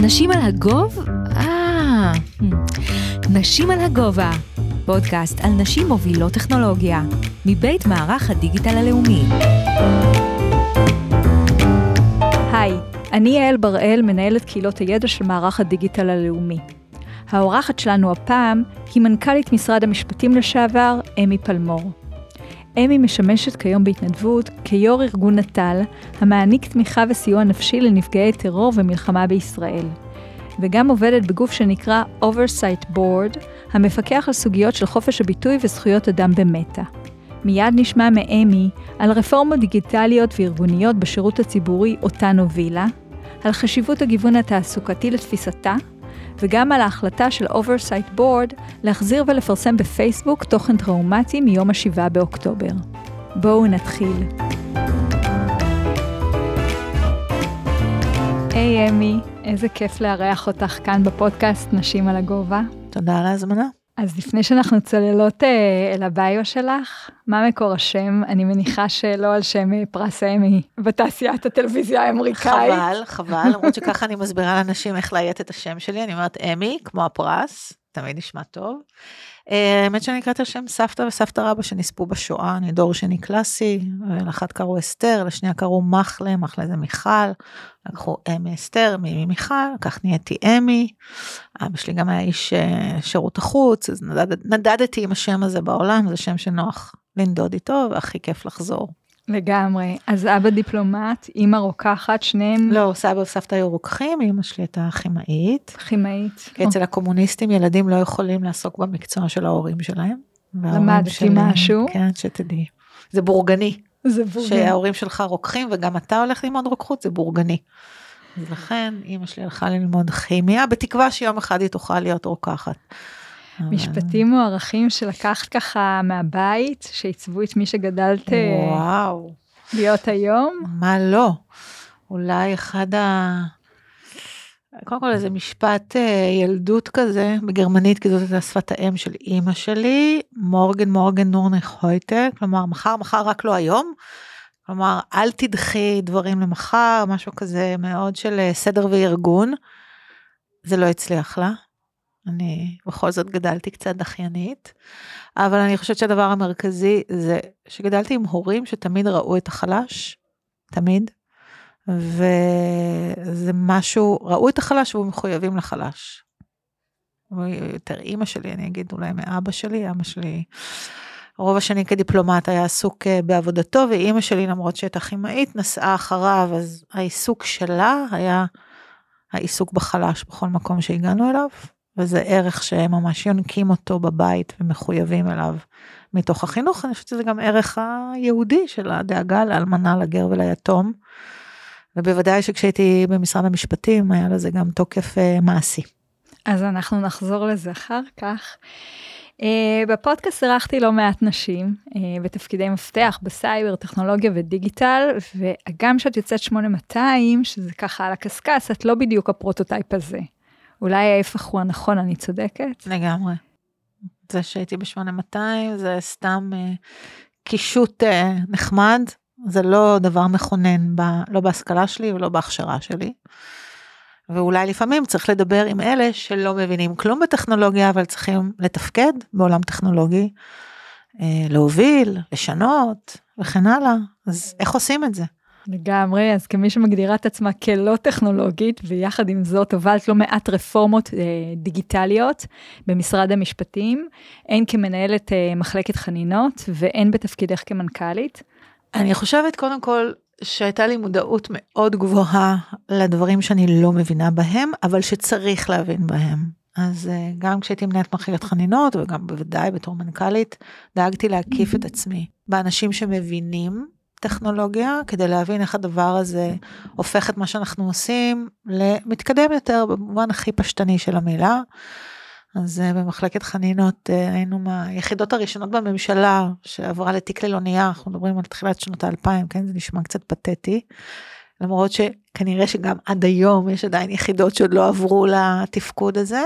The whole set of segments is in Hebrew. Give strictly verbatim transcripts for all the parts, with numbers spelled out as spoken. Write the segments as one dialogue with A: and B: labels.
A: נשים על הגוב? אה, נשים על הגובה. פודקאסט על נשים מובילות טכנולוגיה, מבית מערך הדיגיטל הלאומי.
B: היי, אני יעל בראל, מנהלת קהילות הידע של מערך הדיגיטל הלאומי. האורחת שלנו הפעם היא מנכ"לית משרד המשפטים לשעבר, אמי פלמור. אמי משמשת כיום בהתנדבות כיו"ר ארגון נט"ל, המעניק תמיכה וסיוע נפשי לנפגעי טרור ומלחמה בישראל. וגם עובדת בגוף שנקרא Oversight Board, המפקח על סוגיות של חופש הביטוי וזכויות אדם במטא. מיד נשמע מאמי על רפורמות דיגיטליות וארגוניות בשירות הציבורי אותן הובילה, על חשיבות הגיוון התעסוקתי לתפיסתה, וגם על ההחלטה של Oversight Board להחזיר ולפרסם בפייסבוק תוכן טראומטי מיום השבעה באוקטובר. בואו נתחיל. היי אמי, איזה כיף לארח אותך כאן בפודקאסט נשים על הגובה.
C: תודה על ההזמנה.
B: אז לפני שאנחנו צוללות אה, אל הביו שלך, מה מקור השם? אני מניחה שלא על שם פרס אמי בתעשיית הטלוויזיה האמריקאית.
C: חבל, חבל, למרות שככה אני מסבירה לאנשים איך להיית את השם שלי, אני אומרת אמי, כמו הפרס, תמיד נשמע טוב. האמת שאני אקראת על שם סבתא וסבתא רבא שנספו בשואה, אני דור שני קלאסי, לאחת קראו אסתר, לשנייה קראו מחלה, מחלה זה מיכל, לקחו אמי אסתר, מי מיכל, כך נהייתי אמי, אבא שלי גם היה איש שירות החוץ, אז נדד, נדדתי עם השם הזה בעולם, זה שם שנוח לנדוד איתו, והכי כיף לחזור.
B: לגמרי, אז אבא דיפלומט, אמא רוקחת, שניהם...
C: לא, סבא וסבתא היו רוקחים, אמא שלי הייתה כימאית.
B: כימאית.
C: כי אצל הקומוניסטים ילדים לא יכולים לעסוק במקצוע של ההורים שלהם.
B: למדתי משהו.
C: כן, שתדעי. זה בורגני.
B: זה בורגני.
C: שההורים שלך רוקחים, וגם אתה הולך ללמוד רוקחות, זה בורגני. אז לכן, אמא שלי הלכה ללמוד כימיה, בתקווה שיום אחד היא תוכל להיות רוקחת.
B: משפטים או ערכים שלקחת ככה מהבית, שעיצבו את מי שגדלת
C: וואו.
B: להיות היום?
C: מה לא? אולי אחד ה... קודם כל איזה משפט ילדות כזה, בגרמנית, כי זאת הייתה שפת האם של אמא שלי, מורגן מורגן נורנך הויטה, כלומר מחר, מחר רק לא היום, כלומר אל תדחי דברים למחר, משהו כזה מאוד של סדר וארגון, זה לא הצליח לה, אני בכל זאת גדלתי קצת דחיינית, אבל אני חושבת שהדבר המרכזי זה שגדלתי עם הורים שתמיד ראו את החלש, תמיד, וזה משהו, ראו את החלש והוא מחויבים לחלש. יותר אימא שלי, אני אגיד אולי מאבא שלי, אבא שלי, רוב השני כדיפלומט היה עסוק בעבודתו, ואימא שלי למרות שהייתה כימאית, נסעה אחריו, אז העיסוק שלה היה העיסוק בחלש בכל מקום שהגענו אליו, וזה ערך שהם ממש יונקים אותו בבית ומחויבים אליו מתוך החינוך. אני חושבת שזה גם ערך היהודי של הדאגה לאלמנה, לגר וליתום, ובוודאי שכשהייתי במשרד המשפטים היה לזה גם תוקף מעשי.
B: אז אנחנו נחזור לזה אחר כך. בפודקאסט ערכתי לא מעט נשים בתפקידי מפתח בסייבר, טכנולוגיה ודיגיטל, וגם שאת יוצאת שמונה מאתיים, שזה ככה על הקסקס, את לא בדיוק הפרוטוטייפ הזה. אולי ההפך הוא הנכון, אני צודקת?
C: לגמרי. זה שהייתי ב-שמונה מאתיים, זה סתם uh, קישוט uh, נחמד, זה לא דבר מכונן, ב, לא בהשכלה שלי ולא בהכשרה שלי. ואולי לפעמים צריך לדבר עם אלה שלא מבינים כלום בטכנולוגיה, אבל צריכים לתפקד בעולם טכנולוגי, uh, להוביל, לשנות וכן הלאה. אז איך עושים את זה?
B: לגמרי, אז כמי שמגדירה את עצמה כלא טכנולוגית, ויחד עם זאת הובלת לא מעט רפורמות אה, דיגיטליות במשרד המשפטים, אין כמנהלת אה, מחלקת חנינות, ואין בתפקידך כמנכ"לית.
C: אני חושבת קודם כל, שהייתה לי מודעות מאוד גבוהה, לדברים שאני לא מבינה בהם, אבל שצריך להבין בהם. אז אה, גם כשהייתי מנהלת מחלקת חנינות, וגם בוודאי בתור מנכ"לית, דאגתי להקיף את עצמי, באנשים שמבינים, טכנולוגיה, כדי להבין איך הדבר הזה הופך את מה שאנחנו עושים למתקדם יותר, במובן הכי פשטני של המילה. אז במחלקת חנינות היינו מהיחידות הראשונות בממשלה, שעברה לתיק ללונייה, אנחנו מדברים על תחילת שנות האלפיים, כן, זה נשמע קצת פתטי, למרות שכנראה שגם עד היום יש עדיין יחידות שעוד לא עברו לתפקוד הזה,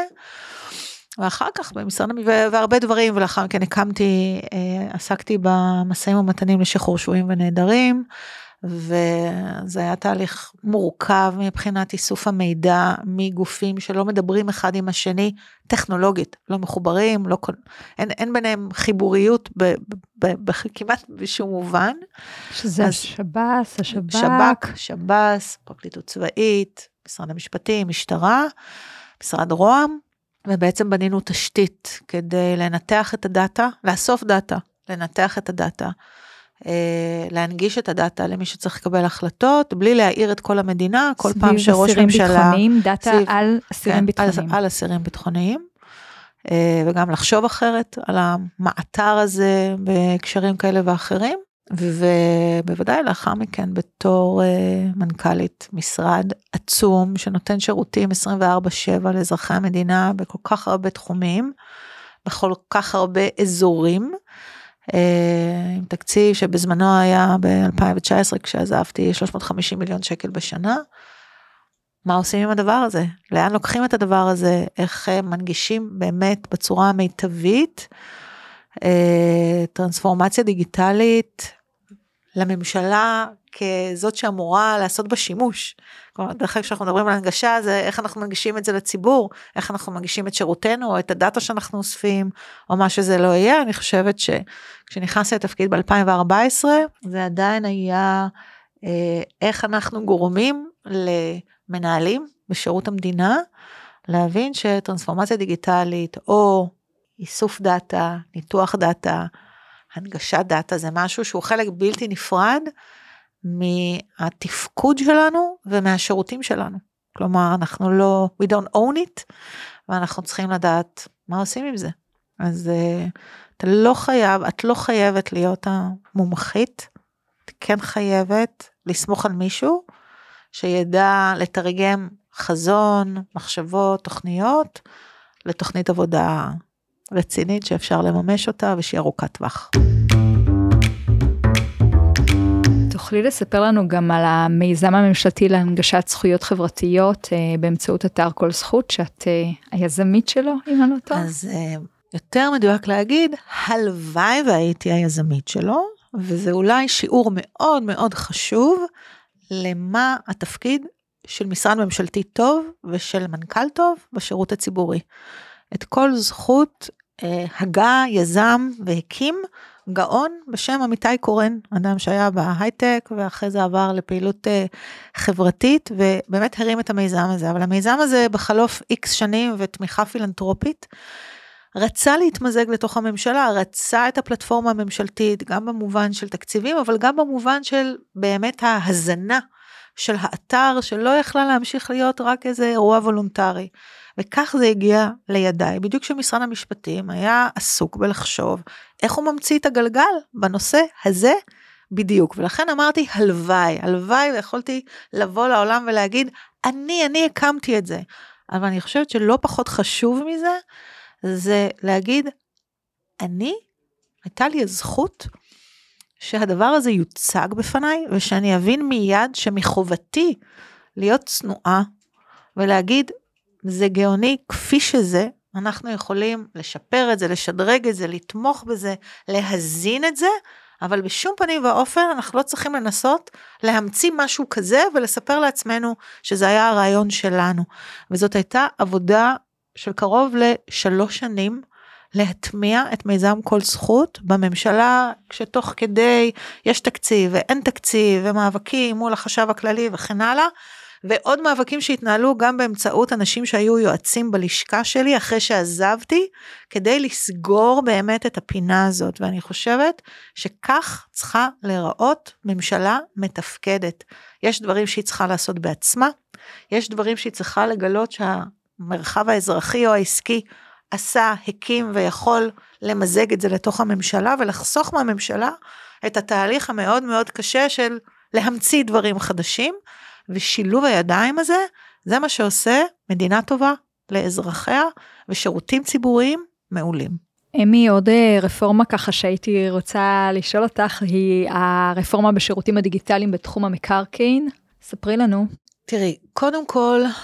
C: ואחר כך במשרד, והרבה דברים, ולאחר מכן הקמתי, עסקתי במשאים ומתנים לשחרור שבויים ונעדרים, וזה היה תהליך מורכב מבחינת איסוף המידע מגופים שלא מדברים אחד עם השני, טכנולוגית, לא מחוברים, לא, אין, אין ביניהם חיבוריות ב, ב, ב, כמעט בשום מובן.
B: שזה השב"ס, השב"כ.
C: שב"כ, שב"ס, פרקליטות צבאית, משרד המשפטים, משטרה, משרד רוה"מ, ובעצם בנינו תשתית כדי לנתח את הדאטה, לאסוף דאטה, לנתח את הדאטה, להנגיש את הדאטה למי שצריך לקבל החלטות, בלי להעיר את כל המדינה, כל פעם שראש ממשלה...
B: סביב אסירים ביטחוניים, דאטה
C: סביב,
B: על אסירים
C: כן,
B: ביטחוניים.
C: על, על אסירים ביטחוניים, וגם לחשוב אחרת על המאתר הזה, בהקשרים כאלה ואחרים, ובוודאי לאחר מכן, בתור מנכ"לית משרד עצום, שנותן שירותים עשרים וארבע שבע לאזרחי המדינה, בכל כך הרבה תחומים, בכל כך הרבה אזורים, עם תקציב שבזמנו היה ב-אלפיים תשע עשרה כשעזבתי שלוש מאות וחמישים מיליון שקל בשנה. מה עושים עם הדבר הזה? לאן לוקחים את הדבר הזה? איך מנגישים באמת בצורה המיטבית טרנספורמציה דיגיטלית לממשלה כזאת שאמורה לעשות בה שימוש. כלומר, דרך כלל כשאנחנו מדברים על הנגשה, זה איך אנחנו מנגישים את זה לציבור, איך אנחנו מנגישים את שירותינו, או את הדאטה שאנחנו אוספים, או מה שזה לא יהיה. אני חושבת שכשנכנסתי לתפקיד ב-אלפיים וארבע עשרה, זה עדיין היה אה, איך אנחנו גורמים למנהלים בשירות המדינה, להבין שטרנספורמציה דיגיטלית, או איסוף דאטה, ניתוח דאטה, הנגשת דאטה, זה משהו שהוא חלק בלתי נפרד, מהתפקוד שלנו ומהשירותים שלנו. כלומר, אנחנו לא, we don't own it, ואנחנו צריכים לדעת מה עושים עם זה. אז uh, אתה לא חייב, את לא חייבת להיות המומחית, את כן חייבת לסמוך על מישהו, שידע לתרגם חזון, מחשבות, תוכניות, לתוכנית עבודה רצינית, שאפשר לממש אותה, ושהיא ארוכת טווח.
B: תוכלי לספר לנו גם על המיזם הממשלתי להנגשת זכויות חברתיות אה, באמצעות אתר כל זכות, שאת אה, היזמית שלו, אם אני לא טועה?
C: אז אה, יותר מדויק להגיד, הלוואי והייתי היזמית שלו, וזה אולי שיעור מאוד מאוד חשוב, למה התפקיד של משרד ממשלתי טוב, ושל מנכ"ל טוב בשירות הציבורי. את כל זכות אה, הגה, יזם והקים, גאון בשם אמיתי קורן, אדם שהיה בהייטק, ואחרי זה עבר לפעילות חברתית, ובאמת הרים את המיזם הזה, אבל המיזם הזה בחלוף איקס שנים, ותמיכה פילנטרופית, רצה להתמזג לתוך הממשלה, רצה את הפלטפורמה הממשלתית, גם במובן של תקציבים, אבל גם במובן של באמת ההזנה, של האתר, שלא יכלה להמשיך להיות רק איזה אירוע וולונטרי, וכך זה הגיע לידיי, בדיוק שמשרד המשפטים היה עסוק בלחשוב, איך הוא ממציא את הגלגל בנושא הזה בדיוק, ולכן אמרתי הלוואי, הלוואי, ויכולתי לבוא לעולם ולהגיד, אני, אני הקמתי את זה, אבל אני חושבת שלא פחות חשוב מזה, זה להגיד, אני, הייתה לי הזכות, שהדבר הזה יוצג בפניי, ושאני אבין מיד שמחובתי להיות צנועה, ולהגיד, זה גאוני כפי שזה, אנחנו יכולים לשפר את זה, לשדרג את זה, לתמוך בזה, להזין את זה, אבל בשום פנים ואופן אנחנו לא צריכים לנסות להמציא משהו כזה, ולספר לעצמנו שזה היה הרעיון שלנו. וזאת הייתה עבודה של קרוב לשלוש שנים, להטמיע את מיזם כל זכות בממשלה, כשתוך כדי יש תקציב ואין תקציב, ומאבקים מול החשב הכללי וכן הלאה, ועוד מאבקים שהתנהלו גם באמצעות אנשים שהיו יועצים בלשכה שלי, אחרי שעזבתי, כדי לסגור באמת את הפינה הזאת, ואני חושבת שכך צריכה להיראות ממשלה מתפקדת. יש דברים שהיא צריכה לעשות בעצמה, יש דברים שהיא צריכה לגלות שהמרחב האזרחי או העסקי, עשה, הקים ויכול למזג את זה לתוך הממשלה, ולחסוך מהממשלה את התהליך המאוד מאוד קשה של להמציא דברים חדשים, ושילוב הידיים הזה, זה מה שעושה מדינה טובה לאזרחיה, ושירותים ציבוריים מעולים.
B: אמי, עוד רפורמה ככה שהייתי רוצה לשאול אותך, היא הרפורמה בשירותים הדיגיטליים בתחום המקרקעין. ספרי לנו.
C: תראי, קודם כל,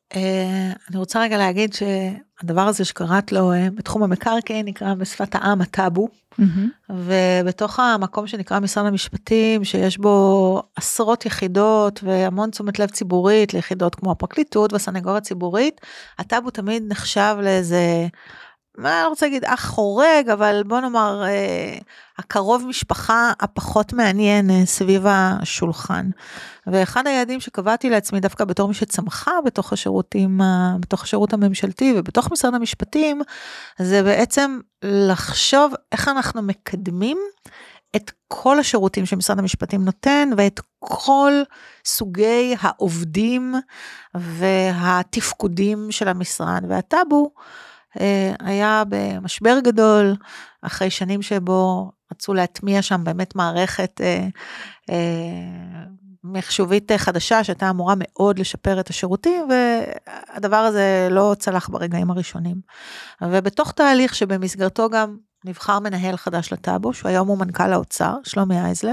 C: אני רוצה רגע להגיד שהדבר הזה שקראת לו בתחום המקרקעין נקרא בשפת העם הטאבו, ובתוך המקום שנקרא משרד המשפטים, שיש בו עשרות יחידות והמון תשומת לב ציבורית ליחידות כמו הפרקליטות והסנגוריה הציבורית, הטאבו תמיד נחשב לאיזה, מה אני רוצה להגיד, אח חורג, אבל בוא נאמר, אה, הקרוב משפחה הפחות מעניין אה, סביב השולחן. ואחד היעדים שקבעתי לעצמי דווקא בתור מי שצמחה בתוך השירותים, בתוך השירות הממשלתי ובתוך משרד המשפטים, זה בעצם לחשוב איך אנחנו מקדמים את כל השירותים שמשרד המשפטים נותן, ואת כל סוגי העובדים והתפקודים של המשרד. והטאבו, היה במשבר גדול, אחרי שנים שבו רצו להטמיע שם באמת מערכת אה, אה, מחשובית חדשה, שהייתה אמורה מאוד לשפר את השירותים, והדבר הזה לא צלח ברגעים הראשונים. ובתוך תהליך שבמסגרתו גם נבחר מנהל חדש לטאבו, שהיום הוא מנכ"ל האוצר, שלומי אייזלר,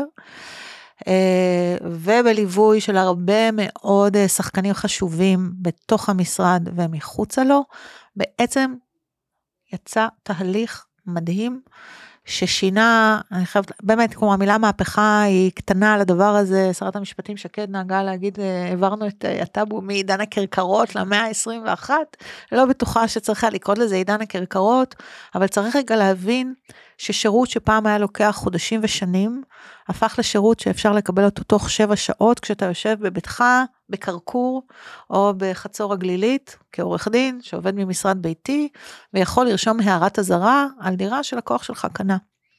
C: ובליווי של הרבה מאוד שחקנים חשובים בתוך המשרד ומחוצה לו, בעצם יצא תהליך מדהים, ששינה, אני חייבת, באמת, כמו המילה מהפכה היא קטנה על הדבר הזה, שרת המשפטים שקד נהגה להגיד, העברנו את הטאבו מעידן הכרכרות למאה ה-עשרים ואחת, לא בטוחה שצריכה לקרוא לזה עידן הכרכרות, אבל צריך רגע להבין, ששירות שפעם היה לוקח חודשים ושנים, הפך לשירות שאפשר לקבל אותו תוך שבע שעות, כשאתה יושב בביתך, בקרקור, או בחצור הגלילית, כעורך דין, שעובד ממשרד ביתי, ויכול לרשום הערת הזרה, על דירה של הכוח שלך קנה.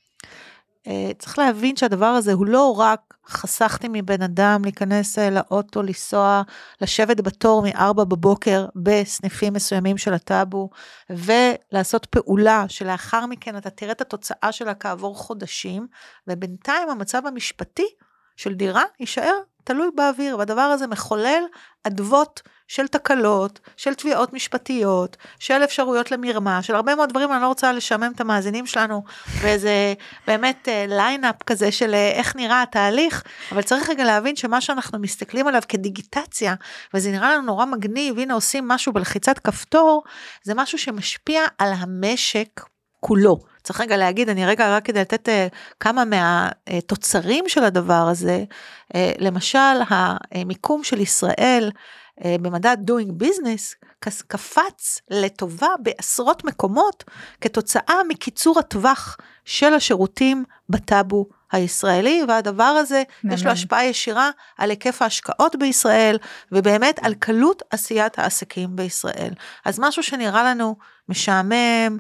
C: צריך להבין שהדבר הזה הוא לא רק חסכתי מבן אדם להיכנס לאוטו, לנסוע, לשבת בתור מארבע בבוקר בסניפים מסוימים של הטאבו, ולעשות פעולה שלאחר מכן אתה תראה את התוצאה שלה כעבור חודשים, ובינתיים המצב המשפטי של דירה יישאר תלוי באוויר, והדבר הזה מחולל אדוות של תקלות, של תביעות משפטיות, של אפשרויות למרמה, של הרבה מאוד דברים, אני לא רוצה לשמם את המאזינים שלנו, ואיזה באמת ליינאפ כזה של איך נראה התהליך, אבל צריך רגע להבין שמה שאנחנו מסתכלים עליו כדיגיטציה, וזה נראה לנו נורא מגניב, הנה עושים משהו בלחיצת כפתור, זה משהו שמשפיע על המשק כולו. צריך רגע להגיד, אני רגע רק כדי לתת כמה מהתוצרים של הדבר הזה, למשל המיקום של ישראל, במדד doing business, קפץ לטובה בעשרות מקומות, כתוצאה מקיצור הטווח של השירותים בטאבו הישראלי, והדבר הזה יש לו השפעה ישירה על היקף ההשקעות בישראל, ובאמת על קלות עשיית העסקים בישראל. אז משהו שנראה לנו משעמם,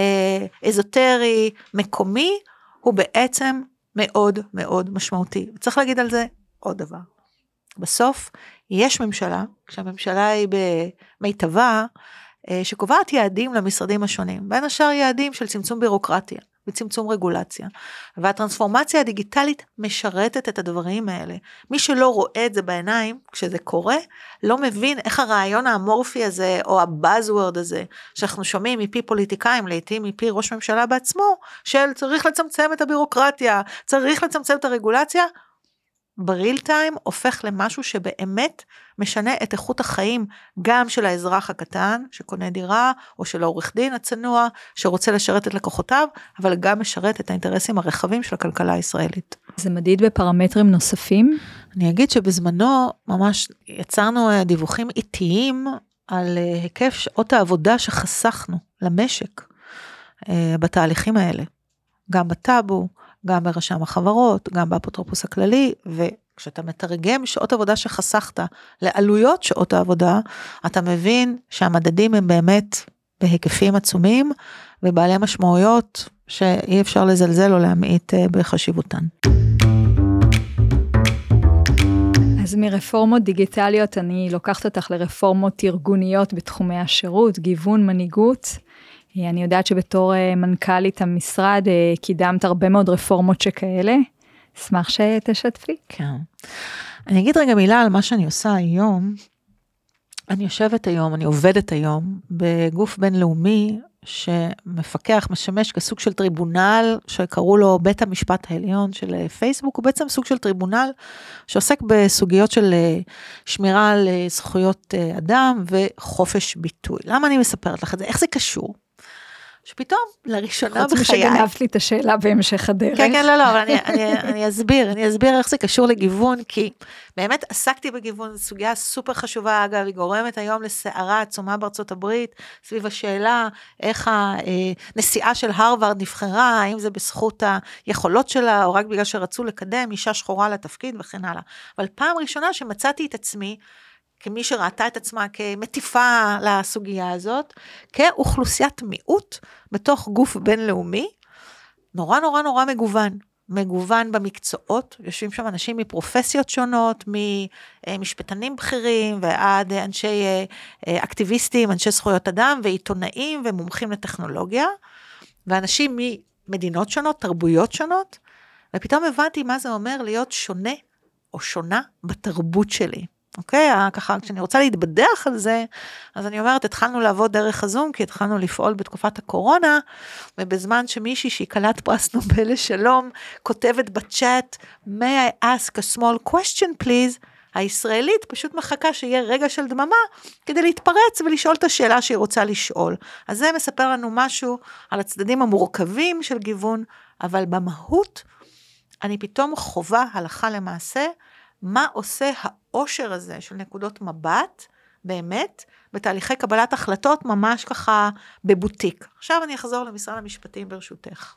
C: אזוטרי, מקומי, הוא בעצם מאוד מאוד משמעותי. צריך להגיד על זה עוד דבר. בסוף יש ממשלה, כשהממשלה היא במיטבה, שקובעת יעדים למשרדים השונים, בין השאר יעדים של צמצום בירוקרטיה, וצמצום רגולציה, והטרנספורמציה הדיגיטלית משרתת את הדברים האלה. מי שלא רואה את זה בעיניים, כשזה קורה, לא מבין איך הרעיון האמורפי הזה, או הבאזוורד הזה, שאנחנו שומעים מפי פוליטיקאים, לעתים מפי ראש ממשלה בעצמו, של צריך לצמצם את הבירוקרטיה, צריך לצמצם את הרגולציה, בריל טיים הופך למשהו שבאמת משנה את איכות החיים, גם של האזרח הקטן, שקונה דירה, או של העורך דין הצנוע, שרוצה לשרת את לקוחותיו, אבל גם משרת את האינטרסים הרחבים של הכלכלה הישראלית.
B: זה מדיד בפרמטרים נוספים?
C: אני אגיד שבזמנו ממש יצרנו דיווחים איטיים, על היקף שעות העבודה שחסכנו למשק, בתהליכים האלה. גם בטאבו, גם ברשם החברות, גם באפוטרופוס הכללי, וכשאתה מתרגם שעות עבודה שחסכת לעלויות שעות העבודה, אתה מבין שהמדדים הם באמת בהיקפים עצומים, ובעלי משמעויות שאי אפשר לזלזל או להמעיט בחשיבותן.
B: אז מרפורמות דיגיטליות אני לוקחת אותך לרפורמות ארגוניות בתחומי השירות, גיוון, מנהיגות. אני יודעת שבתור מנכ"לית המשרד קידמת הרבה מאוד רפורמות שכאלה. אשמח שתשתפי.
C: כן. אני אגיד רגע מילה על מה שאני עושה היום. אני יושבת היום, אני עובדת היום בגוף בינלאומי שמפקח, משמש כסוג של טריבונל, שקראו לו בית המשפט העליון של פייסבוק, הוא בעצם סוג של טריבונל, שעוסק בסוגיות של שמירה על זכויות אדם, וחופש ביטוי. למה אני מספרת לך את זה? איך זה קשור? שפתאום, לראשונה בחיי...
B: חוץ משגנבת לי את השאלה בהמשך הדרך.
C: כן, כן, לא, לא, אבל אני, אני, אני אסביר, אני אסביר איך זה קשור לגיוון, כי באמת עסקתי בגיוון, זו סוגיה סופר חשובה, אגב, היא גורמת היום לסערה עצומה בארצות הברית, סביב השאלה, איך הנשיאה של הרווארד נבחרה, האם זה בזכות היכולות שלה, או רק בגלל שרצו לקדם אישה שחורה לתפקיד וכן הלאה. אבל פעם ראשונה שמצאתי את עצמי, כמי שראתה את עצמה כמטיפה לסוגיה הזאת, כאוכלוסיית מיעוט בתוך גוף בינלאומי, נורא נורא נורא מגוון, מגוון במקצועות, יושבים שם אנשים מפרופסיות שונות, ממשפטנים בכירים, ועד אנשי אקטיביסטים, אנשי זכויות אדם, ועיתונאים ומומחים לטכנולוגיה, ואנשים ממדינות שונות, תרבויות שונות, ופתאום הבנתי מה זה אומר להיות שונה או שונה בתרבות שלי. אוקיי, ככה, כשאני רוצה להתבדח על זה, אז אני אומרת, התחלנו לעבוד דרך הזום, כי התחלנו לפעול בתקופת הקורונה, ובזמן שמישהי שהיא קלת פרס נובל לשלום, כותבת בצ'אט, may I ask a small question please, הישראלית פשוט מחכה שיהיה רגע של דממה, כדי להתפרץ ולשאול את השאלה שהיא רוצה לשאול. אז זה מספר לנו משהו על הצדדים המורכבים של גיוון, אבל במהות, אני פתאום חובה הלכה למעשה, מה עושה העושר הזה של נקודות מבט, באמת, בתהליכי קבלת החלטות, ממש ככה בבוטיק. עכשיו אני אחזור למשרד המשפטים ברשותך.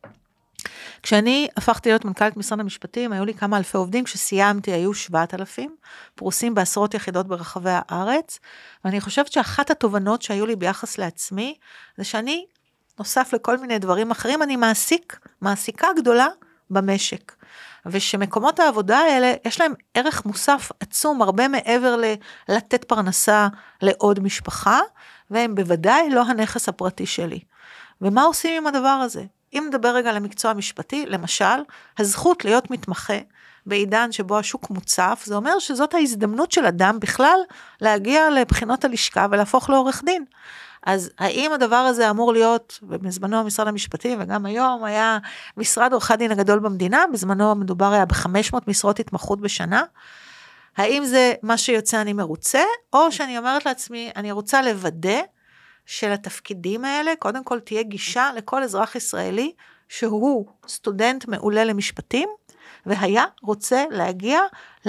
C: כשאני הפכתי להיות מנכ"לית משרד המשפטים, היו לי כמה אלפי עובדים, כשסיימתי היו שבעת אלפים, פרוסים בעשרות יחידות ברחבי הארץ, ואני חושבת שאחת התובנות שהיו לי ביחס לעצמי, זה שאני, נוסף לכל מיני דברים אחרים, אני מעסיק, מעסיקה גדולה במשק. ושמקומות העבודה האלה, יש להם ערך מוסף עצום, הרבה מעבר לתת פרנסה לעוד משפחה, והם בוודאי לא הנכס הפרטי שלי. ומה עושים עם הדבר הזה? אם נדבר רגע למקצוע המשפטי, למשל, הזכות להיות מתמחה, בעידן שבו השוק מוצף, זה אומר שזאת ההזדמנות של אדם בכלל, להגיע לבחינות הלשכה ולהפוך לעורך דין. אז האם הדבר הזה אמור להיות, בזמנו המשרד המשפטי, וגם היום היה משרד עורכי דין הגדול במדינה, בזמנו מדובר היה ב-חמש מאות משרות התמחות בשנה, האם זה מה שיוצא אני מרוצה, או שאני אומרת לעצמי, אני רוצה לוודא, שלתפקידים האלה, קודם כל תהיה גישה לכל אזרח ישראלי, שהוא סטודנט מעולה למשפטים, והיה רוצה להגיע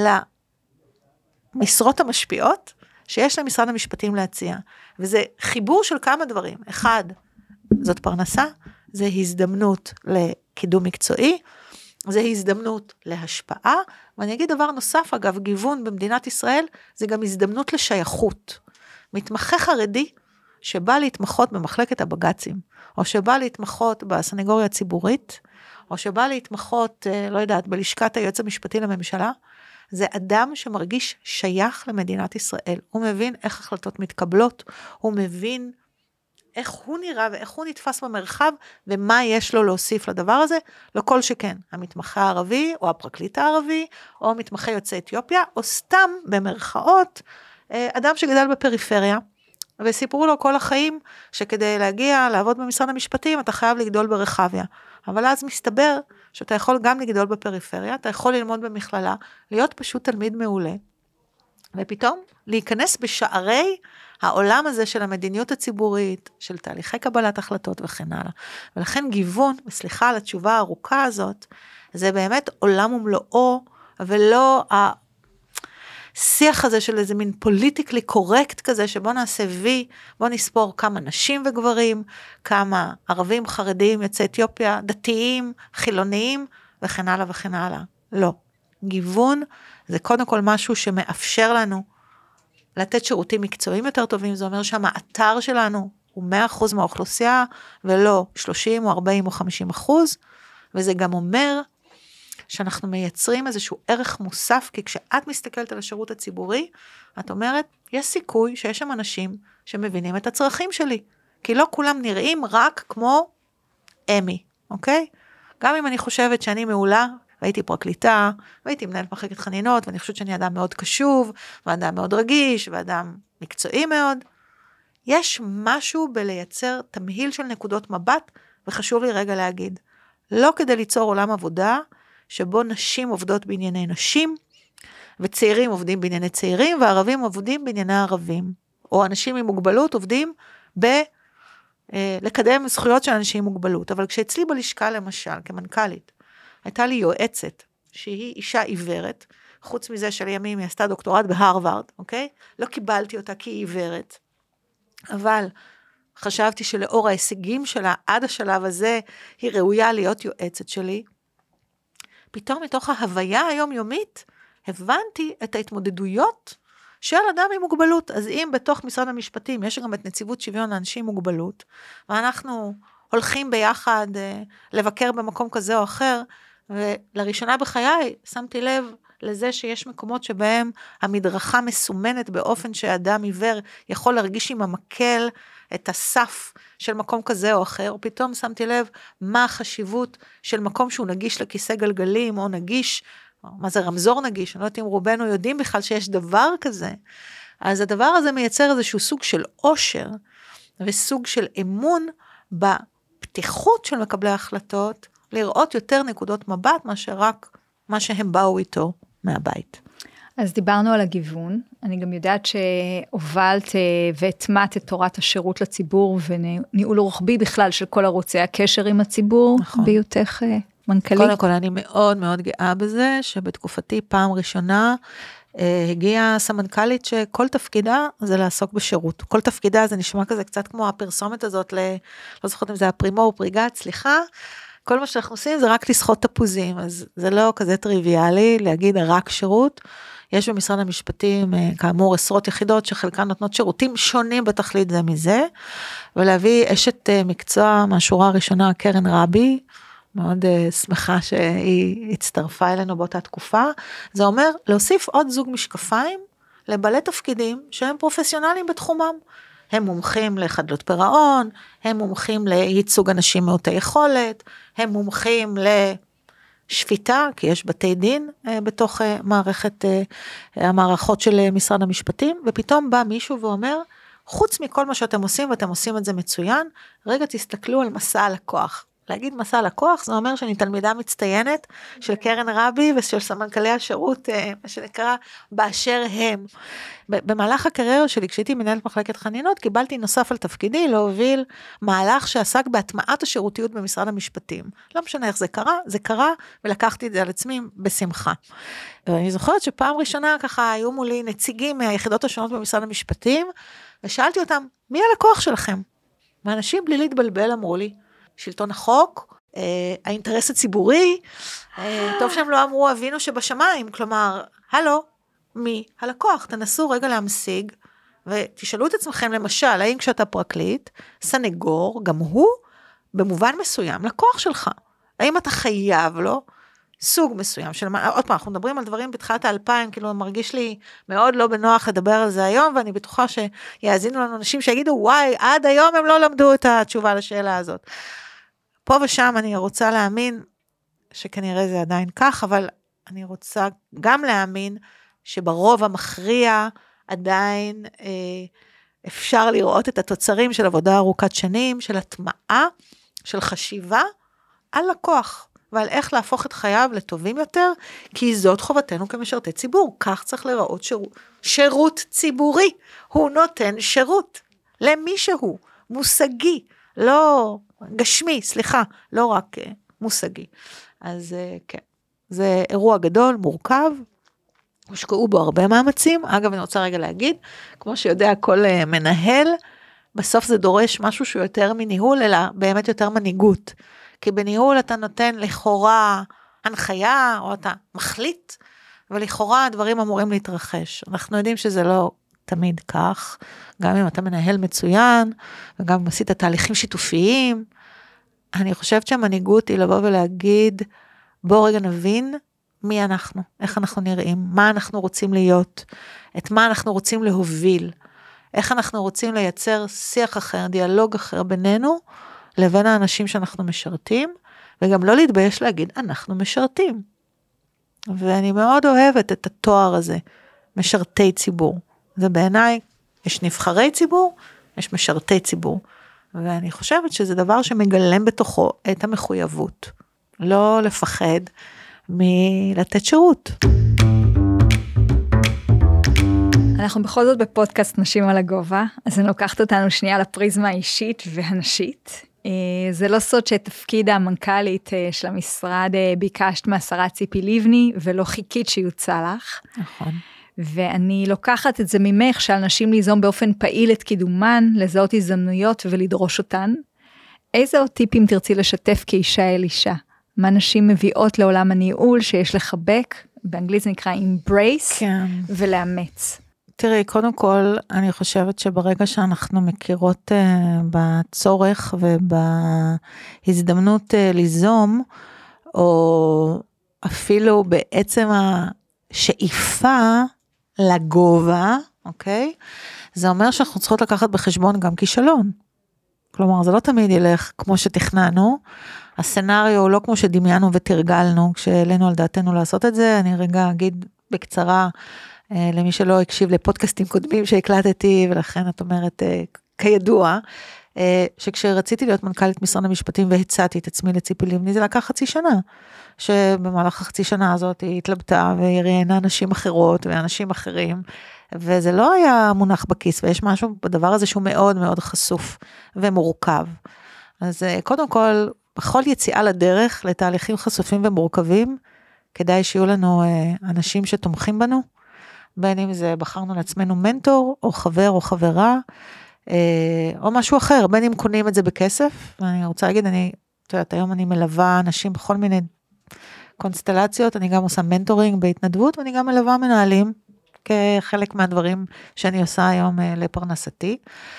C: למשרות המשפיעות, שיש למשרד המשפטים להציע. וזה חיבור של כמה דברים. אחד, זאת פרנסה, זה הזדמנות לקידום מקצועי, זה הזדמנות להשפעה, ואני אגיד דבר נוסף, אגב, גיוון במדינת ישראל, זה גם הזדמנות לשייכות. מתמחה חרדי, שבא להתמחות במחלקת הבג"צים, או שבא להתמחות בסנגוריה הציבורית, או שבא להתמחות, לא יודעת, בלשכת היועץ המשפטי לממשלה, זה אדם שמרגיש שייך למדינת ישראל. הוא מבין איך החלטות מתקבלות, הוא מבין איך הוא נראה ואיך הוא נתפס במרחב, ומה יש לו להוסיף לדבר הזה, לא כל שכן, המתמחה הערבי, או הפרקליט הערבי, או מתמחה יוצא אתיופיה, או סתם במרכאות, אדם שגדל בפריפריה, וסיפרו לו כל החיים, שכדי להגיע, לעבוד במשרד המשפטים, אתה חייב לגדול ברחביה. אבל אז מסתבר, שאתה יכול גם לגדול בפריפריה, אתה יכול ללמוד במכללה, להיות פשוט תלמיד מעולה, ופתאום להיכנס בשערי העולם הזה של המדיניות הציבורית, של תהליכי קבלת החלטות וכן הלאה. ולכן גיוון, וסליחה על התשובה הארוכה הזאת, זה באמת עולם ומלואו, ולא השיח הזה של איזה מין פוליטיקלי קורקט כזה, שבוא נעשה וי, בוא נספור כמה נשים וגברים, כמה ערבים, חרדים, יוצאי אתיופיה, דתיים, חילוניים, וכן הלאה וכן הלאה. לא. גיוון זה קודם כל משהו שמאפשר לנו לתת שירותים מקצועיים יותר טובים, זה אומר שהמאתר שלנו הוא מאה אחוז מהאוכלוסייה, ולא שלושים או ארבעים או חמישים אחוז, וזה גם אומר שאנחנו מייצרים איזשהו ערך מוסף, כי כשאת מסתכלת על השירות הציבורי, את אומרת, יש סיכוי שיש שם אנשים שמבינים את הצרכים שלי, כי לא כולם נראים רק כמו אמי, אוקיי? גם אם אני חושבת שאני מעולה, והייתי פרקליטה, והייתי מנהלת מחלקת חנינות, ואני חושבת שאני אדם מאוד קשוב, ואדם מאוד רגיש, ואדם מקצועי מאוד, יש משהו בלייצר תמהיל של נקודות מבט, וחשוב לי רגע להגיד, לא כדי ליצור עולם עבודה, שבו נשים עובדות בענייני נשים, וצעירים עובדים בענייני צעירים, וערבים עובדים בענייני ערבים, או אנשים עם מוגבלות עובדים ב... לקדם זכויות של אנשים עם מוגבלות, אבל כשאצלי בלשכה למשל, כמנכ"לית, הייתה לי יועצת, שהיא אישה עיוורת, חוץ מזה שלימים היא עשתה דוקטורט בהרווארד, אוקיי? לא קיבלתי אותה כי היא עיוורת, אבל חשבתי שלאור ההישגים שלה, עד השלב הזה, היא ראויה להיות יועצת שלי. פתאום מתוך ההוויה היומיומית, הבנתי את ההתמודדויות של אדם עם מוגבלות. אז אם בתוך משרד המשפטים, יש גם את נציבות שוויון לאנשים עם מוגבלות, ואנחנו הולכים ביחד לבקר במקום כזה או אחר, ולראשונה בחיי שמתי לב לזה שיש מקומות שבהם המדרכה מסומנת באופן שאדם עיוור יכול להרגיש עם המקל את הסף של מקום כזה או אחר, ופתאום שמתי לב מה החשיבות של מקום שהוא נגיש לכיסא גלגלים, או נגיש, מה זה רמזור נגיש, אני לא יודעת אם רובנו יודעים בכלל שיש דבר כזה, אז הדבר הזה מייצר איזשהו סוג של עושר, וסוג של אמון בפתיחות של מקבלי ההחלטות, לראות יותר נקודות מבט, מאשר רק מה שהם באו איתו מהבית.
B: אז דיברנו על הגיוון, אני גם יודעת שהובלת והטמעת את תורת השירות לציבור, וניהול רוחבי בכלל של כל ערוצי הקשר עם הציבור, נכון. בהיותך מנכ"לית.
C: קודם כל, אני מאוד מאוד גאה בזה, שבתקופתי פעם ראשונה, הגיעה סמנכ"לית שכל תפקידה זה לעסוק בשירות. כל תפקידה זה נשמע כזה קצת כמו הפרסומת הזאת, ל... לא זוכרת אם זה הפרימור, פריגת, סליחה, כל מה שאנחנו עושים זה רק לסחוט תפוזים, אז זה לא כזה טריוויאלי להגיד רק שירות. יש במשרד המשפטים כאמור עשרות יחידות שחלקן נותנות שירותים שונים בתכלית זה מזה, ולהביא אשת מקצוע מהשורה הראשונה, קרן רבי, מאוד שמחה שהיא הצטרפה אלינו באותה תקופה. זה אומר להוסיף עוד זוג משקפיים לבעלי תפקידים שהם פרופסיונליים בתחומם. הם מומחים לחדלות פירעון, הם מומחים לייצוג אנשים מעוטי יכולת, הם מומחים לשפיטה, כי יש בתי דין בתוך מערכת, המערכות של משרד המשפטים, ופתאום בא מישהו ואומר, חוץ מכל מה שאתם עושים, ואתם עושים את זה מצוין, רגע תסתכלו על מסע הלקוח. להגיד מסע הלקוח, זה אומר שאני תלמידה מצטיינת של קרן רבי ושל סמנכ"לי השירות, מה שנקרא, באשר הם. במהלך הקריירה שלי, כשהייתי מנהלת מחלקת חנינות, קיבלתי נוסף על תפקידי להוביל מהלך שעסק בהטמעת השירותיות במשרד המשפטים. לא משנה איך זה קרה, זה קרה, ולקחתי את זה על עצמי בשמחה. ואני זוכרת שפעם ראשונה ככה היו מולי נציגים מהיחידות השונות במשרד המשפטים, ושאלתי אותם, מי הלקוח שלכם? ואנשים בלי להתבלבל אמרו לי, שלטון החוק, אה, האינטרס הציבורי, אה, טוב שהם לא אמרו אבינו שבשמיים, כלומר, הלו, מי? הלקוח, תנסו רגע להמשיג, ותשאלו את עצמכם למשל, האם כשאתה פרקליט, סנגור, גם הוא, במובן מסוים, לקוח שלך, האם אתה חייב לו, סוג מסוים, של, עוד פעם, אנחנו מדברים על דברים בתחילת האלפיים, כאילו מרגיש לי מאוד לא בנוח לדבר על זה היום, ואני בטוחה שיאזינו לנו אנשים שיגידו, וואי, עד היום הם לא למדו את התשובה לשאלה הזאת. פה ושם אני רוצה להאמין, שכנראה זה עדיין כך, אבל אני רוצה גם להאמין, שברוב המכריע עדיין אה, אפשר לראות את התוצרים של עבודה ארוכת שנים, של הטמעה, של חשיבה על לקוח, ועל איך להפוך את חייו לטובים יותר, כי זאת חובתנו כמשרתי ציבור, כך צריך לראות שירות, שירות ציבורי, הוא נותן שירות למישהו, מושגי, לא גשמי, סליחה, לא רק מושגי. אז כן, זה אירוע גדול, מורכב, הושקעו בו הרבה מאמצים. אגב, אני רוצה רגע להגיד, כמו שיודע כל מנהל, בסוף זה דורש משהו שהוא יותר מניהול, אלא באמת יותר מנהיגות. כי בניהול אתה נותן לכאורה הנחיה, או אתה מחליט, ולכאורה הדברים אמורים להתרחש. אנחנו יודעים שזה לא תמיד כך, גם אם אתה מנהל מצוין, וגם אם עשית תהליכים שיתופיים, אני חושבת שהמנהיגות היא לבוא ולהגיד, בוא רגע נבין מי אנחנו, איך אנחנו נראים, מה אנחנו רוצים להיות, את מה אנחנו רוצים להוביל, איך אנחנו רוצים לייצר שיח אחר, דיאלוג אחר בינינו, לבין האנשים שאנחנו משרתים, וגם לא להתבייש להגיד, אנחנו משרתים. ואני מאוד אוהבת את התואר הזה, משרתי ציבור. זה בעיניי, יש נבחרי ציבור, יש משרתי ציבור, ואני חושבת שזה דבר שמגלם בתוכו את המחויבות, לא לפחד מלתת שירות.
B: אנחנו בכל זאת בפודקאסט נשים על הגובה, אז אני לוקחת אותנו שנייה לפריזמה האישית והנשית. זה לא סוד שתפקיד המנכ"לית של המשרד ביקשת מהשרה ציפי לבני, ולא חיכית שיוצא לך.
C: נכון.
B: ואני לוקחת את זה ממך, שעל נשים ליזום באופן פעיל את קידומן, לזהות הזדמנויות ולדרוש אותן. איזה עוד טיפים תרצי לשתף כאישה אל אישה? מה נשים מביאות לעולם הניהול שיש לחבק, באנגלית זה נקרא embrace, כן. ולאמץ.
C: תראי, קודם כל, אני חושבת שברגע שאנחנו מכירות uh, בצורך ובהזדמנות uh, ליזום, או אפילו בעצם השאיפה לגובה, אוקיי? זה אומר שאנחנו צריכות לקחת בחשבון גם כישלון. כלומר, זה לא תמיד ילך כמו שתכננו, הסצנריו הוא לא כמו שדמיינו ותרגלנו, כשאלינו על דעתנו לעשות את זה, אני רגע אגיד בקצרה, למי שלא הקשיב לפודקאסטים קודמים שהקלטתי, ולכן את אומרת, כידוע, שכשרציתי להיות מנכ"לית משרד המשפטים והצעתי את עצמי לציפי לבני, זה לקח חצי שנה, שבמהלך החצי שנה הזאת היא התלבטה והראיינה אנשים אחרות ואנשים אחרים, וזה לא היה מונח בכיס, ויש משהו בדבר הזה שהוא מאוד מאוד חשוף ומורכב. אז קודם כל, בכל יציאה לדרך לתהליכים חשופים ומורכבים, כדאי שיהיו לנו אנשים שתומכים בנו, בין אם זה בחרנו לעצמנו מנטור, או חבר או חברה, או משהו אחר, בין אם קונים את זה בכסף, ואני רוצה להגיד, אני, את יודעת, היום אני מלווה אנשים בכל מיני קונסטלציות, אני גם עושה מנטורינג בהתנדבות, ואני גם מלווה מנהלים, כחלק מהדברים שאני עושה היום לפרנסתי,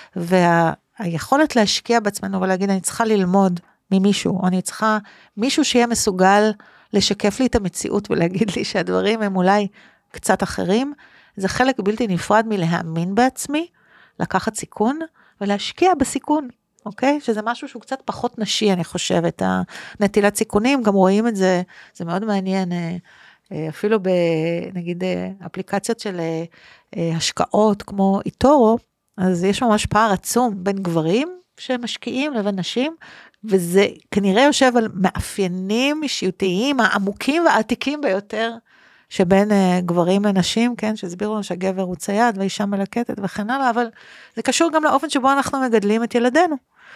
C: והיכולת להשקיע בעצמנו ולהגיד, אני צריכה ללמוד ממישהו, או אני צריכה מישהו שיהיה מסוגל לשקף לי את המציאות, ולהגיד לי שהדברים הם אולי קצת אחרים, זה חלק בלתי נפרד מלהאמין בעצמי, לקחת סיכון, ולהשקיע בסיכון, אוקיי? שזה משהו שהוא קצת פחות נשי, אני חושבת, הנטילת סיכונים, גם רואים את זה, זה מאוד מעניין, אפילו בנגיד אפליקציות של השקעות, כמו איתורו, אז יש ממש פער עצום בין גברים שמשקיעים לבין נשים, וזה כנראה יושב על מאפיינים אישיותיים, העמוקים והעתיקים ביותר, שבין uh, גברים לנשים, כן, שהסבירו לנו שהגבר הוא צייד, והאישה מלקטת וכן הלאה, אבל זה קשור גם לאופן שבו אנחנו מגדלים את ילדינו.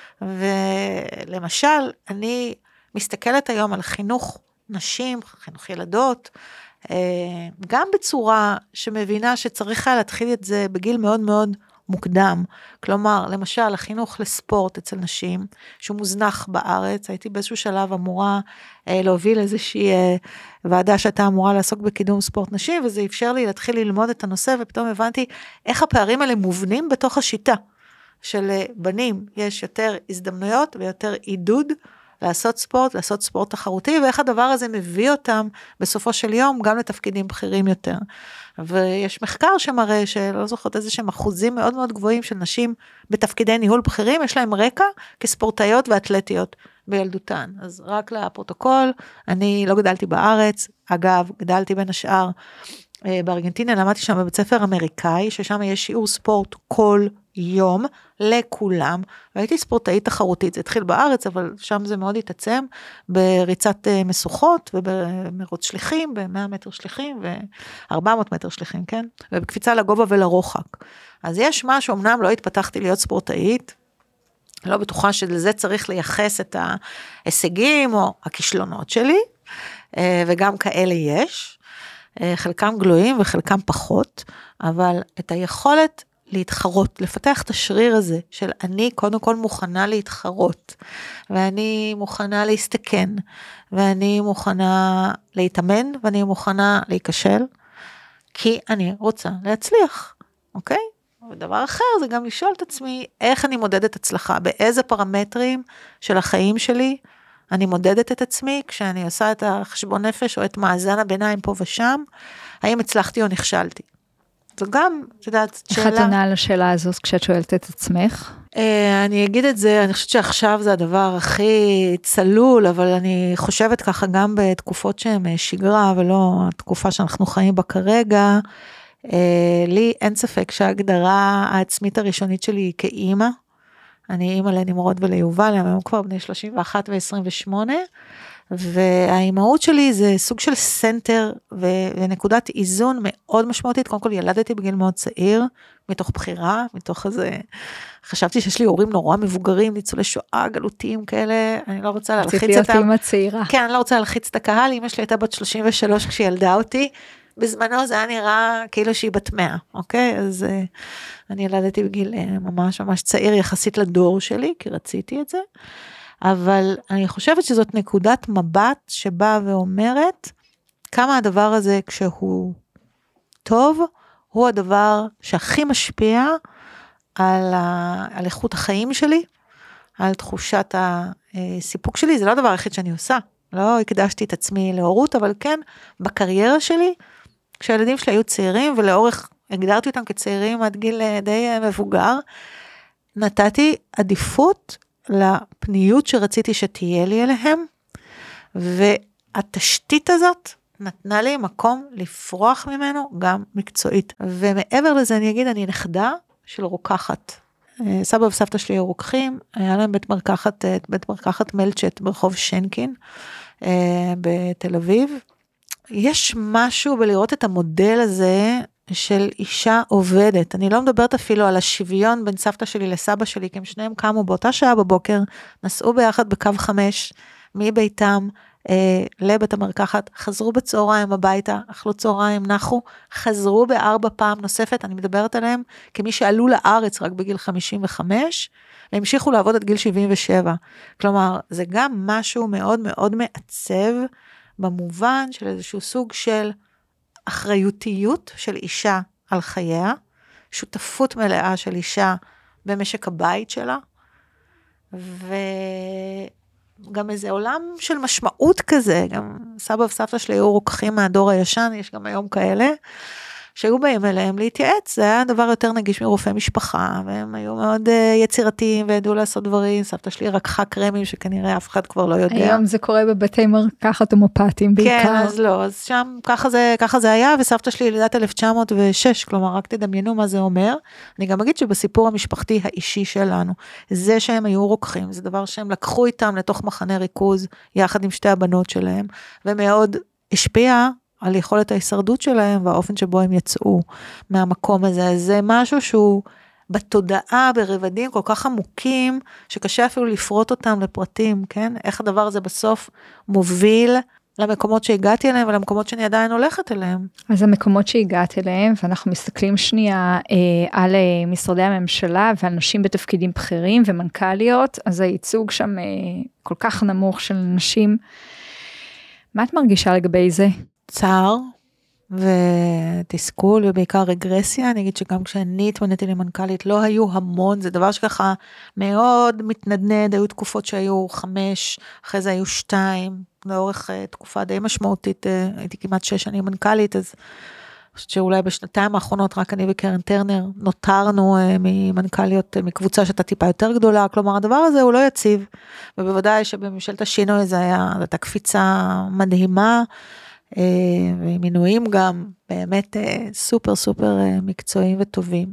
C: ולמשל, אני מסתכלת היום על חינוך נשים, חינוך ילדות, uh, גם בצורה שמבינה שצריך להתחיל את זה בגיל מאוד מאוד מוקדם, כלומר, למשל, החינוך לספורט אצל נשים, שהוא מוזנח בארץ, הייתי באיזשהו שלב אמורה אה, להוביל איזושהי אה, ועדה שהייתה אמורה לעסוק בקידום ספורט נשים, וזה אפשר לי להתחיל ללמוד את הנושא, ופתאום הבנתי איך הפערים האלה מובנים בתוך השיטה, של אה, בנים יש יותר הזדמנויות ויותר עידוד, לעשות ספורט, לעשות ספורט תחרותי, ואיך הדבר הזה מביא אותם בסופו של יום גם לתפקידים בכירים יותר. ויש מחקר שמראה שלא זוכרת איזה שהם אחוזים מאוד מאוד גבוהים של נשים בתפקידי ניהול בכירים, יש להם רקע כספורטאיות ואתלטיות בילדותן. אז רק לפרוטוקול, אני לא גדלתי בארץ, אגב, גדלתי בין השאר בארגנטינה, למדתי שם בבית ספר אמריקאי, ששם יש שיעור ספורט כל יום לכולם, והייתי ספורטאית תחרותית, זה התחיל בארץ, אבל שם זה מאוד התעצם, בריצת משוכות, ובמרוץ שליחים, ב-מאה מטר שליחים, ו-ארבע מאות מטר שליחים, כן? ובקפיצה לגובה ולרוחק. אז יש משהו, אמנם לא התפתחתי להיות ספורטאית, לא בטוחה שלזה צריך לייחס את ההישגים, או הכישלונות שלי, וגם כאלה יש, חלקם גלויים וחלקם פחות, אבל את היכולת להתחרות, לפתח את השריר הזה, של אני קודם כל מוכנה להתחרות, ואני מוכנה להסתכן, ואני מוכנה להתאמן, ואני מוכנה להיכשל, כי אני רוצה להצליח, אוקיי? ודבר אחר זה גם לשאול את עצמי, איך אני מודדת הצלחה, באיזה פרמטרים של החיים שלי, אני מודדת את עצמי, כשאני עושה את החשבון נפש, או את מאזן הביניים פה ושם, האם הצלחתי או נכשלתי. זו גם, את יודעת, שאלה.
B: איך את עונה על השאלה הזאת, כשאת שואלת את עצמך?
C: אני אגיד את זה, אני חושבת שעכשיו זה הדבר הכי צלול, אבל אני חושבת ככה גם בתקופות שהן שגרה, ולא התקופה שאנחנו חיים בה כרגע, לי אין ספק שההגדרה העצמית הראשונית שלי היא כאימא, אני אימא לנמרוד וליובל, הם כבר בני שלושים ואחת ו-עשרים ושמונה, והאימהות שלי זה סוג של סנטר ונקודת איזון מאוד משמעותית. קודם כל ילדתי בגיל מאוד צעיר, מתוך בחירה, מתוך איזה, חשבתי שיש לי הורים נורא מבוגרים, ניצולי שואה, גלותיים כאלה, אני לא רוצה להלחיץ אותם.
B: רציתי להיות אימא צעירה.
C: כן, אני לא רוצה להלחיץ את הקהל, אמא שלי הייתה בת שלושים ושלוש כשילדה אותי, בזמנו זה היה נראה כאילו שהיא בת מאה, אוקיי? אז uh, אני ילדתי בגיל uh, ממש ממש צעיר יחסית לדור שלי, כי רציתי את זה, אבל אני חושבת שזאת נקודת מבט שבאה ואומרת, כמה הדבר הזה כשהוא טוב, הוא הדבר שהכי משפיע על, ה, על איכות החיים שלי, על תחושת הסיפוק שלי, זה לא הדבר היחיד שאני עושה, לא הקדשתי את עצמי להורות, אבל כן, בקריירה שלי, כשהילדים שלי היו צעירים, ולאורך, הגדרתי אותם כצעירים עד גיל די מבוגר, נתתי עדיפות לפניות שרציתי שתהיה לי אליהם, והתשתית הזאת נתנה לי מקום לפרוח ממנו, גם מקצועית. ומעבר לזה אני אגיד, אני נכדה של רוקחת. סבא וסבתא שלי היו רוקחים, היה להם בית מרקחת, בית מרקחת מלצ'ט ברחוב שנקין, בתל אביב. יש משהו בלראות את המודל הזה של אישה עובדת. אני לא מדברת אפילו על השוויון בין סבתא שלי לסבא שלי, כי הם שניהם קמו באותה שעה בבוקר, נסעו ביחד בקו חמש, מביתם אה, לבית המרקחת, חזרו בצהריים הביתה, אכלו צהריים, נחו, חזרו בארבע פעם נוספת, אני מדברת עליהם כמי שעלו לארץ רק בגיל חמישים וחמש, והמשיכו לעבוד עד גיל שבעים ושבע. כלומר, זה גם משהו מאוד מאוד מעצב, במובן של איזשהו סוג של אחריותיות של אישה על חייה, שותפות מלאה של אישה במשק הבית שלה, וגם איזה עולם של משמעות כזה, גם סבא וסבתא שלי היו רוקחים מהדור הישן, יש גם היום כאלה, שהיו באים אליהם להתייעץ, זה היה דבר יותר נגיש מרופא משפחה, והם היו מאוד יצירתיים, וידעו לעשות דברים, סבתא שלי רקחה קרמים, שכנראה אף אחד כבר לא יודע.
B: היום זה קורה בבתי מרקחת הומופטיים בעיקר.
C: כן, אז לא, אז שם ככה זה, ככה זה היה, וסבתא שלי ילידת אלף תשע מאות ושש, כלומר, רק תדמיינו מה זה אומר. אני גם אגיד שבסיפור המשפחתי האישי שלנו, זה שהם היו רוקחים, זה דבר שהם לקחו איתם לתוך מחנה ריכוז, יחד עם שתי הבנות שלהם, ומאוד השפיע על יכולת ההישרדות שלהם, והאופן שבו הם יצאו מהמקום הזה. זה משהו שהוא בתודעה, ברבדים כל כך עמוקים, שקשה אפילו לפרוט אותם לפרטים, כן? איך הדבר הזה בסוף מוביל למקומות שהגעתי אליהם, ולמקומות שאני עדיין הולכת אליהם.
B: אז המקומות שהגעת אליהם, ואנחנו מסתכלים שנייה אה, על אה, משרדי הממשלה, ועל נשים בתפקידים בכירים ומנכ"ליות, אז הייצוג שם אה, כל כך נמוך של נשים. מה את מרגישה לגבי זה?
C: צער ותסכול ובעיקר רגרסיה. אני אגיד שגם כשאני התמניתי למנכ"לית לא היו המון, זה דבר שככה מאוד מתנדנד, היו תקופות שהיו חמש, אחרי זה היו שתיים, לאורך תקופה די משמעותית, הייתי כמעט שש שנים מנכ"לית, אז אני חושבת שאולי בשנתיים האחרונות רק אני וקרן טרנר נותרנו ממנכ"ליות, מקבוצה שאתה טיפה יותר גדולה, כלומר הדבר הזה הוא לא יציב, ובוודאי שבממשלת השינוי זה היה, הייתה קפיצה מדהימה, ומינויים גם באמת סופר סופר מקצועיים וטובים.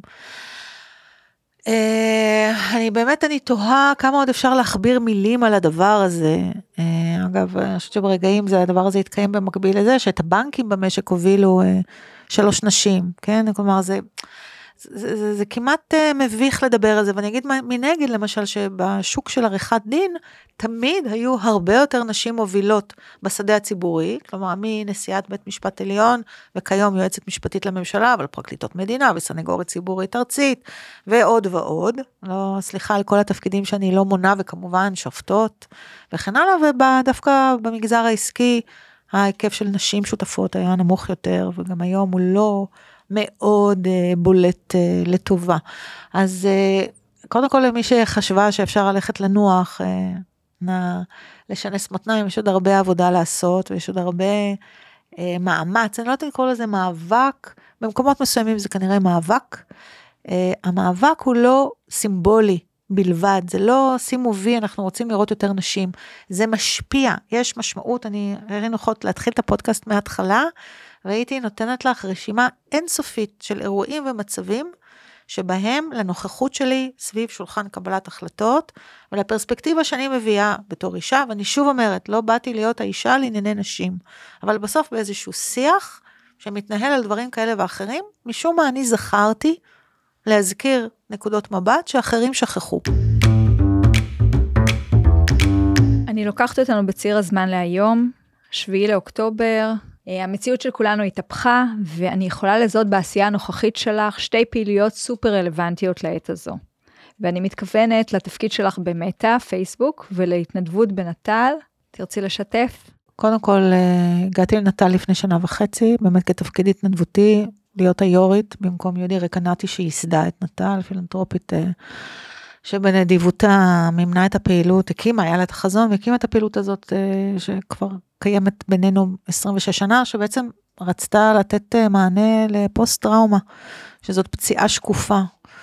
C: אני באמת אני תוהה כמה עוד אפשר להכביר מילים על הדבר הזה. אגב, אני חושבת שברגעים זה הדבר הזה התקיים במקביל לזה, שאת הבנקים במשק הובילו שלוש נשים, כן? כלומר זה... זה, זה, זה כמעט מביך לדבר על זה, ואני אגיד מנגד למשל שבשוק של עריכת דין, תמיד היו הרבה יותר נשים מובילות בשדה הציבורי, כלומר מנשיאת בית משפט עליון, וכיום יועצת משפטית לממשלה, אבל פרקליטות מדינה וסנגורית ציבורית ארצית, ועוד ועוד, לא, סליחה על כל התפקידים שאני לא מונה, וכמובן שופטות, וכן הלאה, ודווקא במגזר העסקי, ההיקף של נשים שותפות היה נמוך יותר, וגם היום הוא לא... מאוד uh, בולט uh, לטובה. אז uh, קודם כל למי שחשבה שאפשר ללכת לנוח, uh, נע, לשנס מותניים, יש עוד הרבה עבודה לעשות, ויש עוד הרבה uh, מאמץ, אני לא יודעת לקרוא לזה מאבק, במקומות מסוימים זה כנראה מאבק, uh, המאבק הוא לא סימבולי בלבד, זה לא שימו וי, אנחנו רוצים לראות יותר נשים, זה משפיע, יש משמעות, אני הראינו יכולת להתחיל את הפודקאסט מההתחלה, והייתי נותנת לך רשימה אינסופית של אירועים ומצבים, שבהם לנוכחות שלי סביב שולחן קבלת החלטות, ולפרספקטיבה שאני מביאה בתור אישה, ואני שוב אומרת, לא באתי להיות האישה לענייני נשים, אבל בסוף באיזשהו שיח, שמתנהל על דברים כאלה ואחרים, משום מה אני זכרתי, להזכיר נקודות מבט שאחרים שכחו.
B: אני לוקחת אותנו בציר הזמן להיום, שביעי לאוקטובר, המציאות של כולנו התהפכה, ואני יכולה לזאת בעשייה הנוכחית שלך, שתי פעילויות סופר רלוונטיות לעת הזו. ואני מתכוונת לתפקיד שלך במטה, פייסבוק, ולהתנדבות בנטל. תרצי לשתף?
C: קודם כל, הגעתי לנטל לפני שנה וחצי, באמת כתפקיד התנדבותי, להיות היורית, במקום יהודי רקנתי שיסדה את נטל, פילנטרופית שבנדיבותה מימנה את הפעילות, הקימה, היה לה את החזון, והקימה את הפעילות הזאת שכבר קיימת בינינו עשרים ושש שנה, שבעצם רצתה לתת מענה לפוסט טראומה, שזאת פציעה שקופה,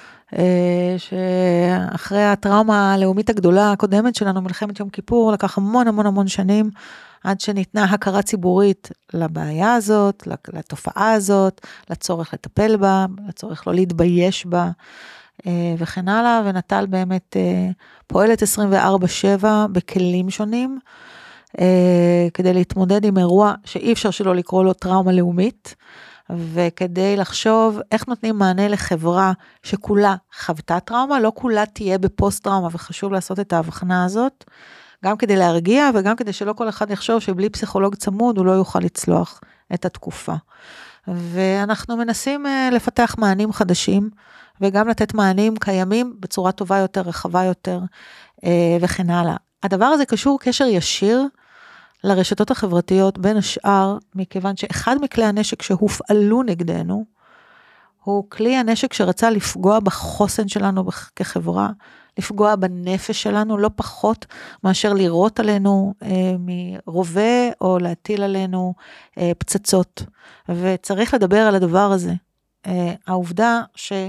C: שאחרי הטראומה הלאומית הגדולה הקודמת שלנו, מלחמת יום כיפור, לקח המון המון המון שנים, עד שניתנה הכרה ציבורית לבעיה הזאת, לתופעה הזאת, לצורך לטפל בה, לצורך לא להתבייש בה, וכן הלאה, ונטל באמת פועלת עשרים וארבע שבע בכלים שונים, כדי להתמודד עם אירוע שאי אפשר שלא לקרוא לו טראומה לאומית, וכדי לחשוב איך נותנים מענה לחברה שכולה חוותה טראומה, לא כולה תהיה בפוסט טראומה, וחשוב לעשות את ההבחנה הזאת, גם כדי להרגיע, וגם כדי שלא כל אחד יחשוב שבלי פסיכולוג צמוד, הוא לא יוכל לצלוח את התקופה. ואנחנו מנסים לפתח מענים חדשים, וגם לתת מענים קיימים בצורה טובה יותר, רחבה יותר, וכן הלאה. הדבר הזה קשור קשר ישיר, לרשתות החברתיות בין השאר, מכיוון שאחד מכלי הנשק שהופעלו נגדנו, הוא כלי הנשק שרצה לפגוע בחוסן שלנו כחברה, לפגוע בנפש שלנו, לא פחות מאשר לירות עלינו אה, מרובה, או להטיל עלינו אה, פצצות. וצריך לדבר על הדבר הזה. אה, העובדה